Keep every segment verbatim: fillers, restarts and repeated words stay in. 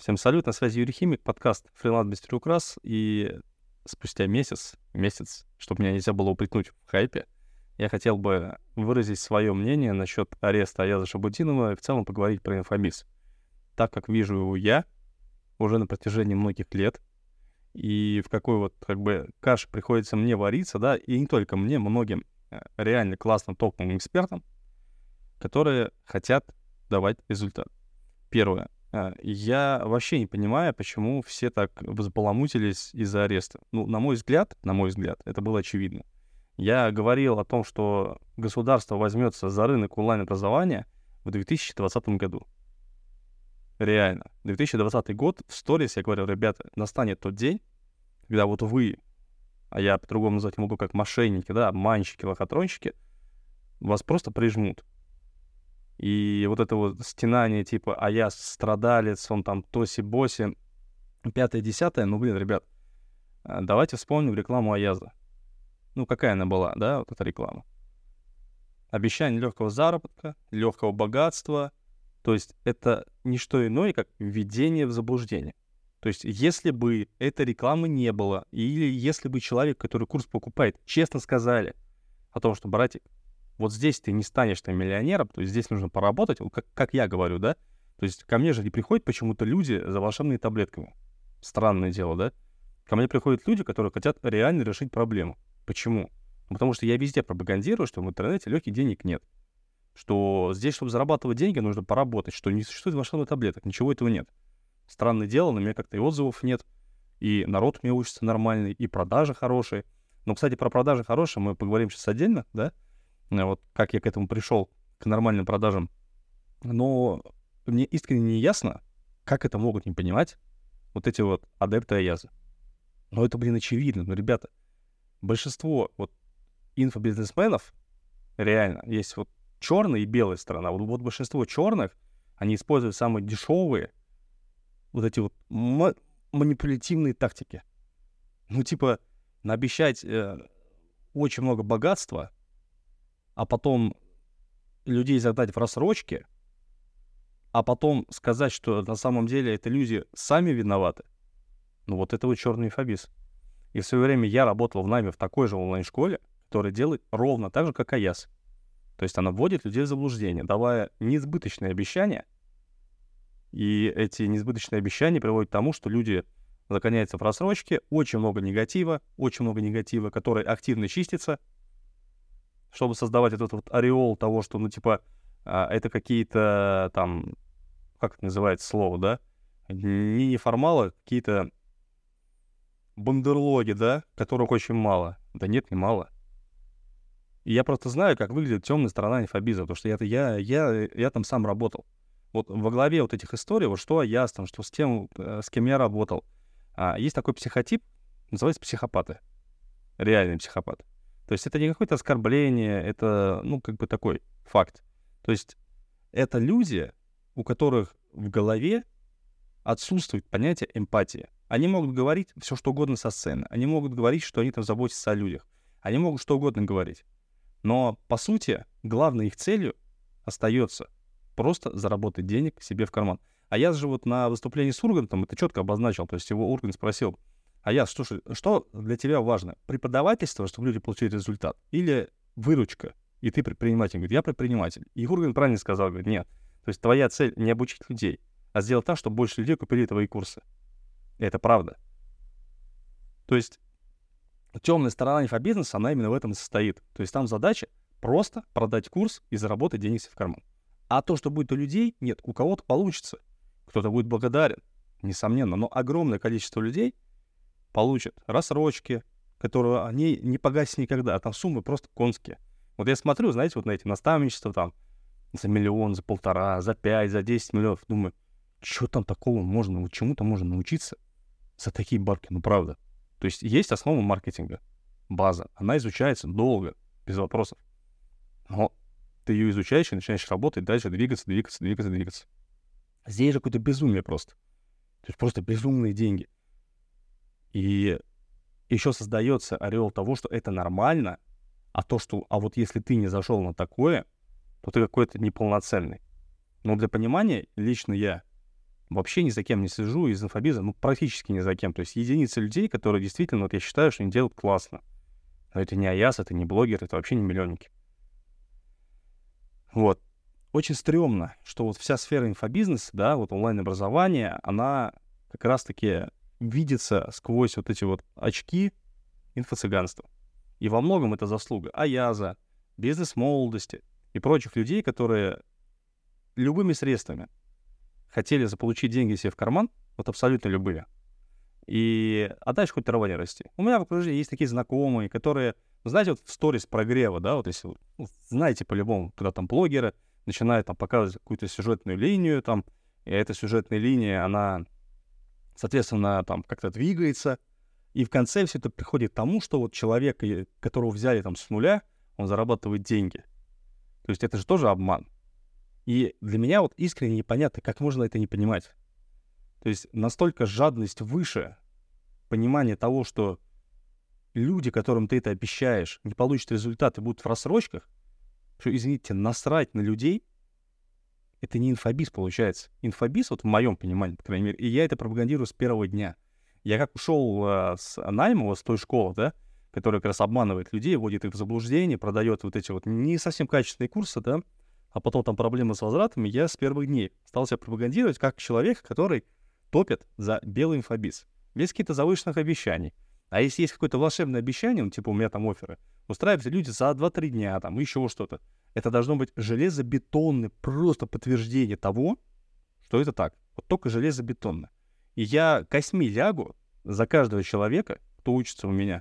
Всем салют, на связи Юрий Химик, подкаст «Фриланс без приукрас». И спустя месяц, месяц, чтобы меня нельзя было упрекнуть в хайпе, я хотел бы выразить свое мнение насчет ареста Аяза Шабутдинова и в целом поговорить про инфобиз. Так как вижу его я уже на протяжении многих лет, и в какой вот как бы каше приходится мне вариться, да, и не только мне, многим э, реально классным топовым экспертам, которые хотят давать результат. Первое. А, Я вообще не понимаю, почему все так взбаламутились из-за ареста. Ну, на мой взгляд, на мой взгляд, это было очевидно. Я говорил о том, что государство возьмется за рынок онлайн-образования в две тысячи двадцатом году. Реально. две тысячи двадцатый год, в сторис я говорил, ребята, настанет тот день, когда вот вы, а я по-другому назвать могу как мошенники, да, обманщики, лохотронщики, вас просто прижмут. И вот это вот стенание типа «а я страдалец», он там тоси-боси, пятое-десятое, ну, блин, ребят, а, давайте вспомним рекламу Аяза. Ну, какая она была, да, вот эта реклама? Обещание легкого заработка, легкого богатства. То есть это не что иное, как введение в заблуждение. То есть если бы этой рекламы не было, или если бы человек, который курс покупает, честно сказали о том, что, братик, вот здесь ты не станешь там миллионером, то есть здесь нужно поработать, вот как, как я говорю, да? То есть ко мне же не приходят почему-то люди за волшебными таблетками. Странное дело, да? Ко мне приходят люди, которые хотят реально решить проблему. Почему? Ну, потому что я везде пропагандирую, что в интернете легких денег нет. Что здесь, чтобы зарабатывать деньги, нужно поработать, что не существует волшебных таблеток, ничего этого нет. Странное дело, на меня как-то и отзывов нет, и народ у меня учится нормальный, и продажи хорошие. Но, кстати, про продажи хорошие мы поговорим сейчас отдельно, да? Вот как я к этому пришел, к нормальным продажам. Но мне искренне не ясно, как это могут не понимать вот эти вот адепты Аяза. Но это, блин, очевидно. Но, ребята, большинство вот инфобизнесменов, реально, есть вот черная и белая сторона. Вот, вот большинство черных, они используют самые дешевые вот эти вот ма- манипулятивные тактики. Ну, типа, наобещать э, очень много богатства, а потом людей загнать в рассрочки, а потом сказать, что на самом деле это люди сами виноваты. Ну, вот это вот черный инфобиз. И в свое время я работал в найме в такой же онлайн-школе, которая делает ровно так же, как Аяз. То есть она вводит людей в заблуждение, давая неизбыточные обещания, и эти неизбыточные обещания приводят к тому, что люди загоняются в рассрочке, очень много негатива, очень много негатива, который активно чистится, чтобы создавать этот вот ореол того, что, ну, типа, а, это какие-то там, как это называется слово, да, не неформалы, какие-то бандерлоги, да, которых очень мало. Да нет, не мало. И я просто знаю, как выглядит темная сторона инфобиза, потому что я, я, я, я там сам работал. Вот во главе вот этих историй, вот что я там, что с тем, э, с кем я работал, а, есть такой психотип, называется психопаты. Реальные психопаты. То есть это не какое-то оскорбление, это, ну, как бы такой факт. То есть это люди, у которых в голове отсутствует понятие эмпатии. Они могут говорить все, что угодно со сцены. Они могут говорить, что они там заботятся о людях. Они могут что угодно говорить. Но, по сути, главной их целью остается просто заработать денег себе в карман. А я же вот на выступлении с Ургантом это четко обозначил. То есть его Ургант спросил: а я, что, что для тебя важно? Преподавательство, чтобы люди получили результат? Или выручка? И ты предприниматель? Говорит, я предприниматель. И Ургант правильно сказал, говорит, нет. То есть твоя цель не обучить людей, а сделать так, чтобы больше людей купили твои курсы. И это правда. То есть темная сторона инфобизнеса, она именно в этом и состоит. То есть там задача просто продать курс и заработать денег себе в карман. А то, что будет у людей, нет, у кого-то получится. Кто-то будет благодарен, несомненно. Но огромное количество людей получат рассрочки, которые они не погасят никогда, а там суммы просто конские. Вот я смотрю, знаете, вот на эти наставничества там за миллион, за полтора, за пять, за десять миллионов. Думаю, что там такого можно, вот чему-то можно научиться за такие бабки, ну правда. То есть есть основа маркетинга, база. Она изучается долго, без вопросов. Но ты ее изучаешь и начинаешь работать, дальше двигаться, двигаться, двигаться, двигаться. Здесь же какое-то безумие просто. То есть просто безумные деньги. И еще создается ореол того, что это нормально, а то, что, а вот если ты не зашел на такое, то ты какой-то неполноценный. Но для понимания, лично я вообще ни за кем не слежу из инфобиза, ну, практически ни за кем. То есть единицы людей, которые действительно, вот я считаю, что они делают классно. Но это не Аяз, это не блогер, это вообще не миллионники. Вот. Очень стрёмно, что вот вся сфера инфобизнеса, да, вот онлайн-образование, она как раз-таки видится сквозь вот эти вот очки инфо-цыганства. И во многом это заслуга Аяза, бизнес-молодости и прочих людей, которые любыми средствами хотели заполучить деньги себе в карман, вот абсолютно любые, и а дальше хоть трава не расти. У меня в окружении есть такие знакомые, которые, знаете, вот в сторис прогрева, да, вот если, ну, знаете по-любому, когда там блогеры начинают там показывать какую-то сюжетную линию, там, и эта сюжетная линия, она, соответственно, там как-то двигается, и в конце все это приходит к тому, что вот человек, которого взяли там с нуля, он зарабатывает деньги. То есть это же тоже обман. И для меня вот искренне непонятно, как можно это не понимать. То есть настолько жадность выше понимания того, что люди, которым ты это обещаешь, не получат результат и будут в рассрочках, что, извините, насрать на людей, это не инфобиз получается. Инфобиз, вот в моем понимании, по крайней мере, и я это пропагандирую с первого дня. Я как ушел э, с найма, вот с той школы, да, которая как раз обманывает людей, вводит их в заблуждение, продает вот эти вот не совсем качественные курсы, да, а потом там проблемы с возвратами, я с первых дней стал себя пропагандировать как человек, который топит за белый инфобиз. Без каких-то завышенных обещаний. А если есть какое-то волшебное обещание, ну, типа у меня там офферы, устраиваются люди за два-три дня, там, еще что-то. Это должно быть железобетонное просто подтверждение того, что это так. Вот только железобетонно. И я костьми лягу за каждого человека, кто учится у меня,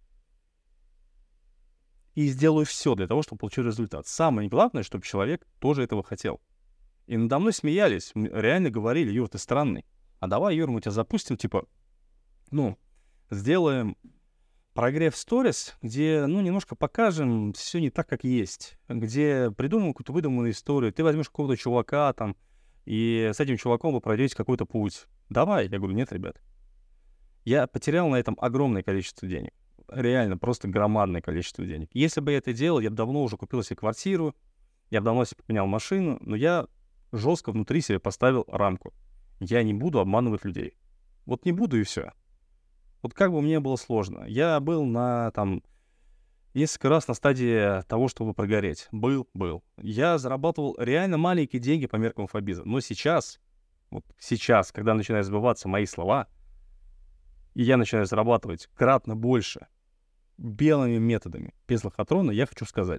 и сделаю все для того, чтобы получить результат. Самое главное, чтобы человек тоже этого хотел. И надо мной смеялись, реально говорили: Юр, ты странный. А давай, Юр, мы тебя запустим, типа, ну, сделаем прогрев сторис, где, ну, немножко покажем все не так, как есть. Где придумаем какую-то выдуманную историю. Ты возьмешь какого-то чувака там, и с этим чуваком вы пройдете какой-то путь. Давай. Я говорю: нет, ребят. Я потерял на этом огромное количество денег. Реально, просто громадное количество денег. Если бы я это делал, я бы давно уже купил себе квартиру, я бы давно себе поменял машину, но я жестко внутри себе поставил рамку. Я не буду обманывать людей. Вот не буду, и все. Вот как бы мне было сложно. Я был на, там, несколько раз на стадии того, чтобы прогореть. Был, был. Я зарабатывал реально маленькие деньги по меркам инфобиза. Но сейчас, вот сейчас, когда начинают сбываться мои слова, и я начинаю зарабатывать кратно больше белыми методами, без лохотрона, я хочу сказать.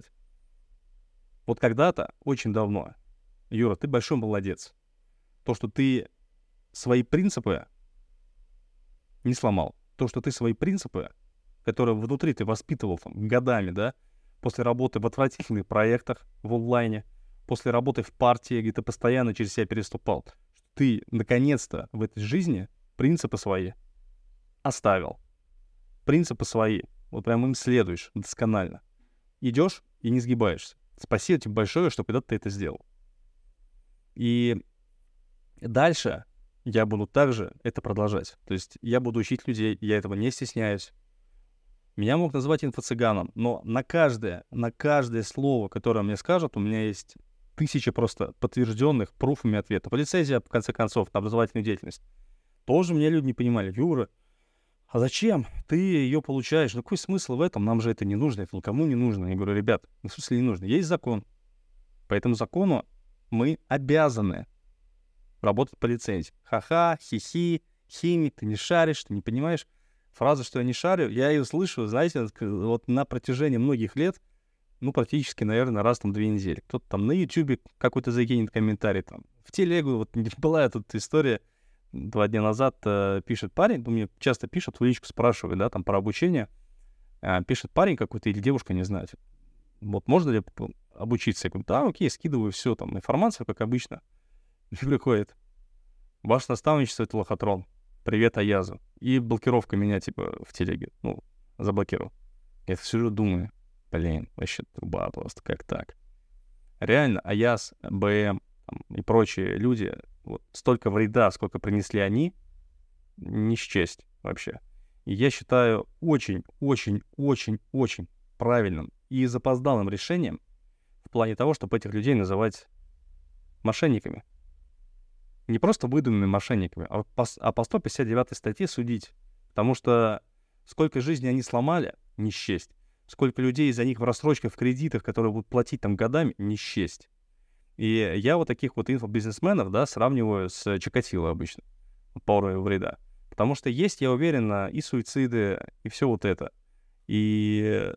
Вот когда-то, очень давно, Юра, ты большой молодец. То, что ты свои принципы не сломал. То, что ты свои принципы, которые внутри ты воспитывал там, годами, да, после работы в отвратительных проектах в онлайне, после работы в партии, где ты постоянно через себя переступал, что ты наконец-то в этой жизни принципы свои оставил. Принципы свои. Вот прям им следуешь досконально. Идешь и не сгибаешься. Спасибо тебе большое, что когда-то ты это сделал. И дальше я буду также это продолжать. То есть я буду учить людей, я этого не стесняюсь. Меня могут называть инфо-цыганом, но на каждое, на каждое слово, которое мне скажут, у меня есть тысячи просто подтвержденных пруфами ответов. Лицензия, в конце концов, на образовательную деятельность. Тоже меня люди не понимали. Юра, а зачем ты ее получаешь? Ну какой смысл в этом? Нам же это не нужно, это никому не нужно. Я говорю: ребят, ну, в смысле не нужно? Есть закон. По этому закону мы обязаны работать по лицензии. Ха-ха, хи-хи, химик, ты не шаришь, ты не понимаешь. Фраза, что я не шарю, я ее слышу, знаете, вот на протяжении многих лет, ну, практически, наверное, раз там две недели. Кто-то там на Ютубе какой-то закинет комментарий там. В телегу, вот была тут история, два дня назад э, пишет парень, ну, мне часто пишут, в личку спрашивают, да, там, про обучение. Э, пишет парень какой-то или девушка, не знаю, вот можно ли обучиться? Я говорю: да, окей, скидываю все, там, информацию, как обычно. И приходит: ваше наставничество — это лохотрон. Привет Аязу. И блокировка меня, типа, в телеге. Ну, заблокировал. Я сижу, думаю, блин, вообще труба просто, как так? Реально, Аяз, БМ там, и прочие люди, вот столько вреда, сколько принесли они, не счесть вообще. И я считаю очень, очень, очень, очень правильным и запоздалым решением в плане того, чтобы этих людей называть мошенниками. не просто выданными мошенниками, а по, а по сто пятьдесят девятой статье судить. Потому что сколько жизней они сломали, не счесть. Сколько людей из-за них в рассрочках, в кредитах, которые будут платить там годами, не счесть. И я вот таких вот инфобизнесменов, да, сравниваю с Чикатило обычно по уровню вреда. Потому что есть, я уверен, и суициды, и все вот это. И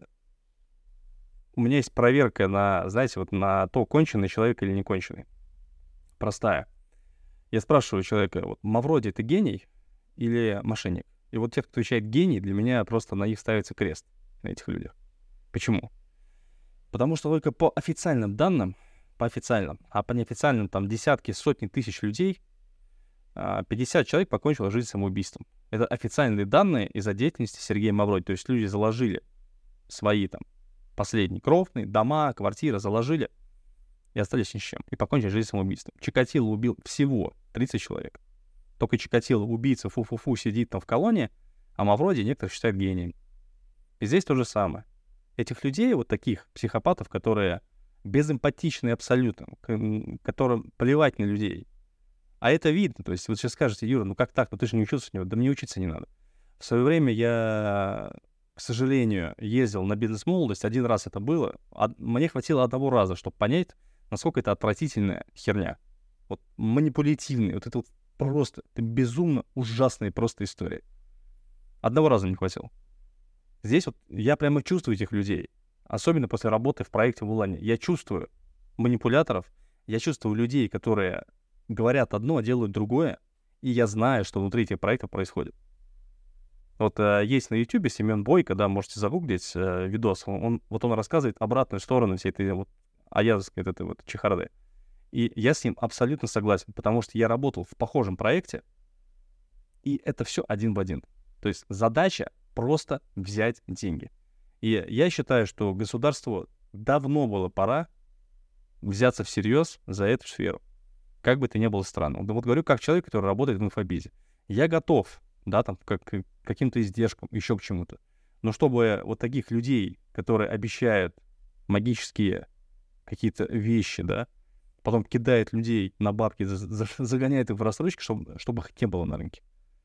у меня есть проверка на, знаете, вот на то, конченый человек или не конченый. Простая. Я спрашиваю человека, вот, Мавроди, ты гений или мошенник? И вот те, кто отвечает гений, для меня просто на них ставится крест, на этих людях. Почему? Потому что только по официальным данным, по официальным, а по неофициальным там десятки, сотни тысяч людей, пятьдесят человек покончило жизнь самоубийством. Это официальные данные из-за деятельности Сергея Мавроди. То есть люди заложили свои там последние кровные, дома, квартиры, заложили и остались ни с чем. И покончили жизнь самоубийством. Чикатило убил всего тридцать человек. Только Чикатило, убийца, фу-фу-фу, сидит там в колонии, а Мавроди некоторые считают гением. И здесь то же самое. Этих людей, вот таких психопатов, которые безэмпатичны абсолютно, которым плевать на людей. А это видно. То есть вы сейчас скажете, Юра, ну как так? Ну ты же не учился у него. Да мне учиться не надо. В свое время я, к сожалению, ездил на бизнес-молодость. Один раз это было. Мне хватило одного раза, чтобы понять, насколько это отвратительная херня. Вот манипулятивная. Вот это вот просто, это безумно ужасная просто история. Одного раза не хватило. Здесь вот я прямо чувствую этих людей. Особенно после работы в проекте в Улане. Я чувствую манипуляторов, я чувствую людей, которые говорят одно, а делают другое. И я знаю, что внутри этих проектов происходит. Вот э, есть на Ютубе Семен Бойко, да, можете загуглить э, видос. Он, он, вот он рассказывает обратную сторону всей этой вот аязовской этой вот чехарды. И я с ним абсолютно согласен, потому что я работал в похожем проекте, и это все один в один. То есть задача просто взять деньги. И я считаю, что государству давно было пора взяться всерьез за эту сферу. Как бы это ни было странно. Вот говорю, как человек, который работает в инфобизе. Я готов, да, там, как, к каким-то издержкам, еще к чему-то. Но чтобы вот таких людей, которые обещают магические какие-то вещи, да, потом кидают людей на бабки, загоняют их в рассрочки, чтобы, чтобы их не было на рынке.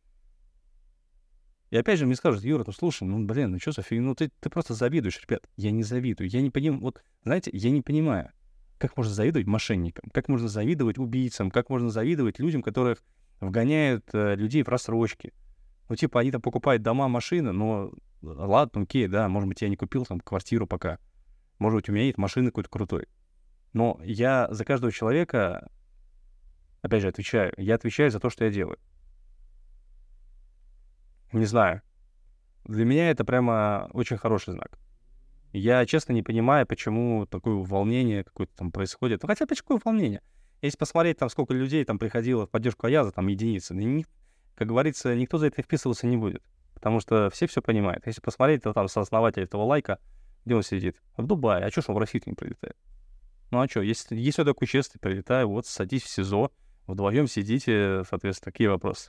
И опять же мне скажут, Юра, ну слушай, ну блин, ну что за фигня, ну ты, ты просто завидуешь, ребят. Я не завидую, я не понимаю, вот, знаете, я не понимаю, как можно завидовать мошенникам, как можно завидовать убийцам, как можно завидовать людям, которых вгоняют э, людей в рассрочки. Ну типа они там покупают дома, машины, но ладно, окей, да, может быть я не купил там квартиру пока, может быть у меня есть машина какой-то крутой. Но я за каждого человека, опять же, отвечаю, я отвечаю за то, что я делаю. Не знаю. Для меня это прямо очень хороший знак. Я, честно, не понимаю, почему такое волнение какое-то там происходит. Ну, хотя, почему волнение? Если посмотреть, там, сколько людей там приходило в поддержку Аяза, там, единицы, ни, как говорится, никто за это вписываться не будет. Потому что все все понимают. Если посмотреть, то там сооснователь этого лайка, где он сидит? В Дубае. А что ж он в Россию не прилетает? Ну, а что, если, если я такой честный, прилетаю, вот, садись в СИЗО, вдвоем сидите, соответственно, такие вопросы.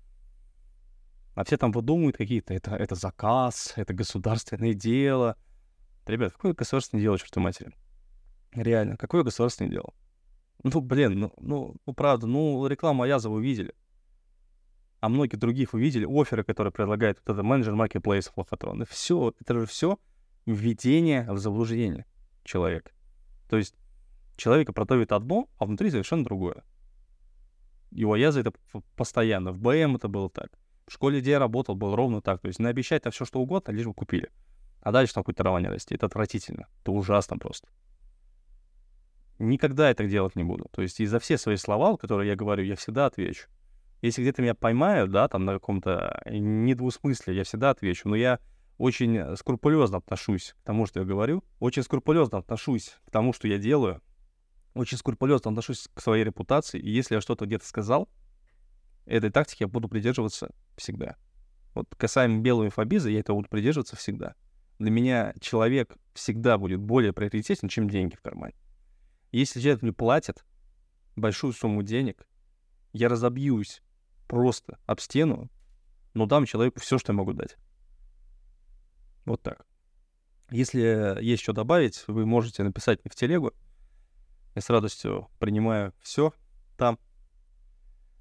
А все там выдумывают какие-то, это, это заказ, это государственное дело. Ребят, какое государственное дело, чертовой матери? Реально, какое государственное дело? Ну, блин, ну, ну, ну правда, ну, рекламу Аяза вы видели. А многих других вы видели, офферы, которые предлагает вот этот менеджер маркетплейсов Лохотрон. И все, это же все введение в заблуждение человека. То есть человека продают одно, а внутри совершенно другое. И у Аяза это постоянно. В БМ это было так. В школе, где я работал, было ровно так. То есть наобещать-то все, что угодно, лишь бы купили. А дальше там какое-то рвание расти. Это отвратительно. Это ужасно просто. Никогда я так делать не буду. То есть и за все свои слова, которые я говорю, я всегда отвечу. Если где-то меня поймают, да, там на каком-то недвусмысле, я всегда отвечу. Но я очень скрупулезно отношусь к тому, что я говорю. Очень скрупулезно отношусь к тому, что я делаю. Очень скрупулезно отношусь к своей репутации. И если я что-то где-то сказал, этой тактики я буду придерживаться всегда. Вот касаемо белого инфобиза, я этого буду придерживаться всегда. Для меня человек всегда будет более приоритетен, чем деньги в кармане. Если человек мне платит большую сумму денег, я разобьюсь просто об стену, но дам человеку все, что я могу дать. Вот так. Если есть что добавить, вы можете написать мне в телегу. Я с радостью принимаю все там.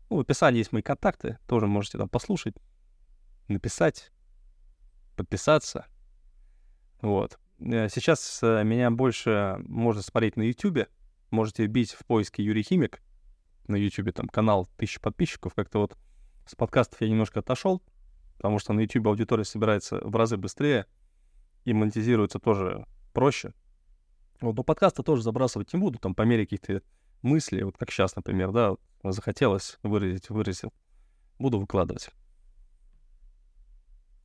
Ну, в описании есть мои контакты, тоже можете там послушать, написать, подписаться. Вот. Э, Сейчас э, меня больше можно смотреть на Ютубе. Можете вбить в поиске Юрий Химик. На Ютубе там канал тысяча подписчиков. Как-то вот с подкастов я немножко отошел, потому что на Ютубе аудитория собирается в разы быстрее и монетизируется тоже проще. Вот, но подкасты тоже забрасывать не буду, там по мере каких-то мыслей, вот как сейчас, например, да, вот захотелось выразить, выразил, буду выкладывать.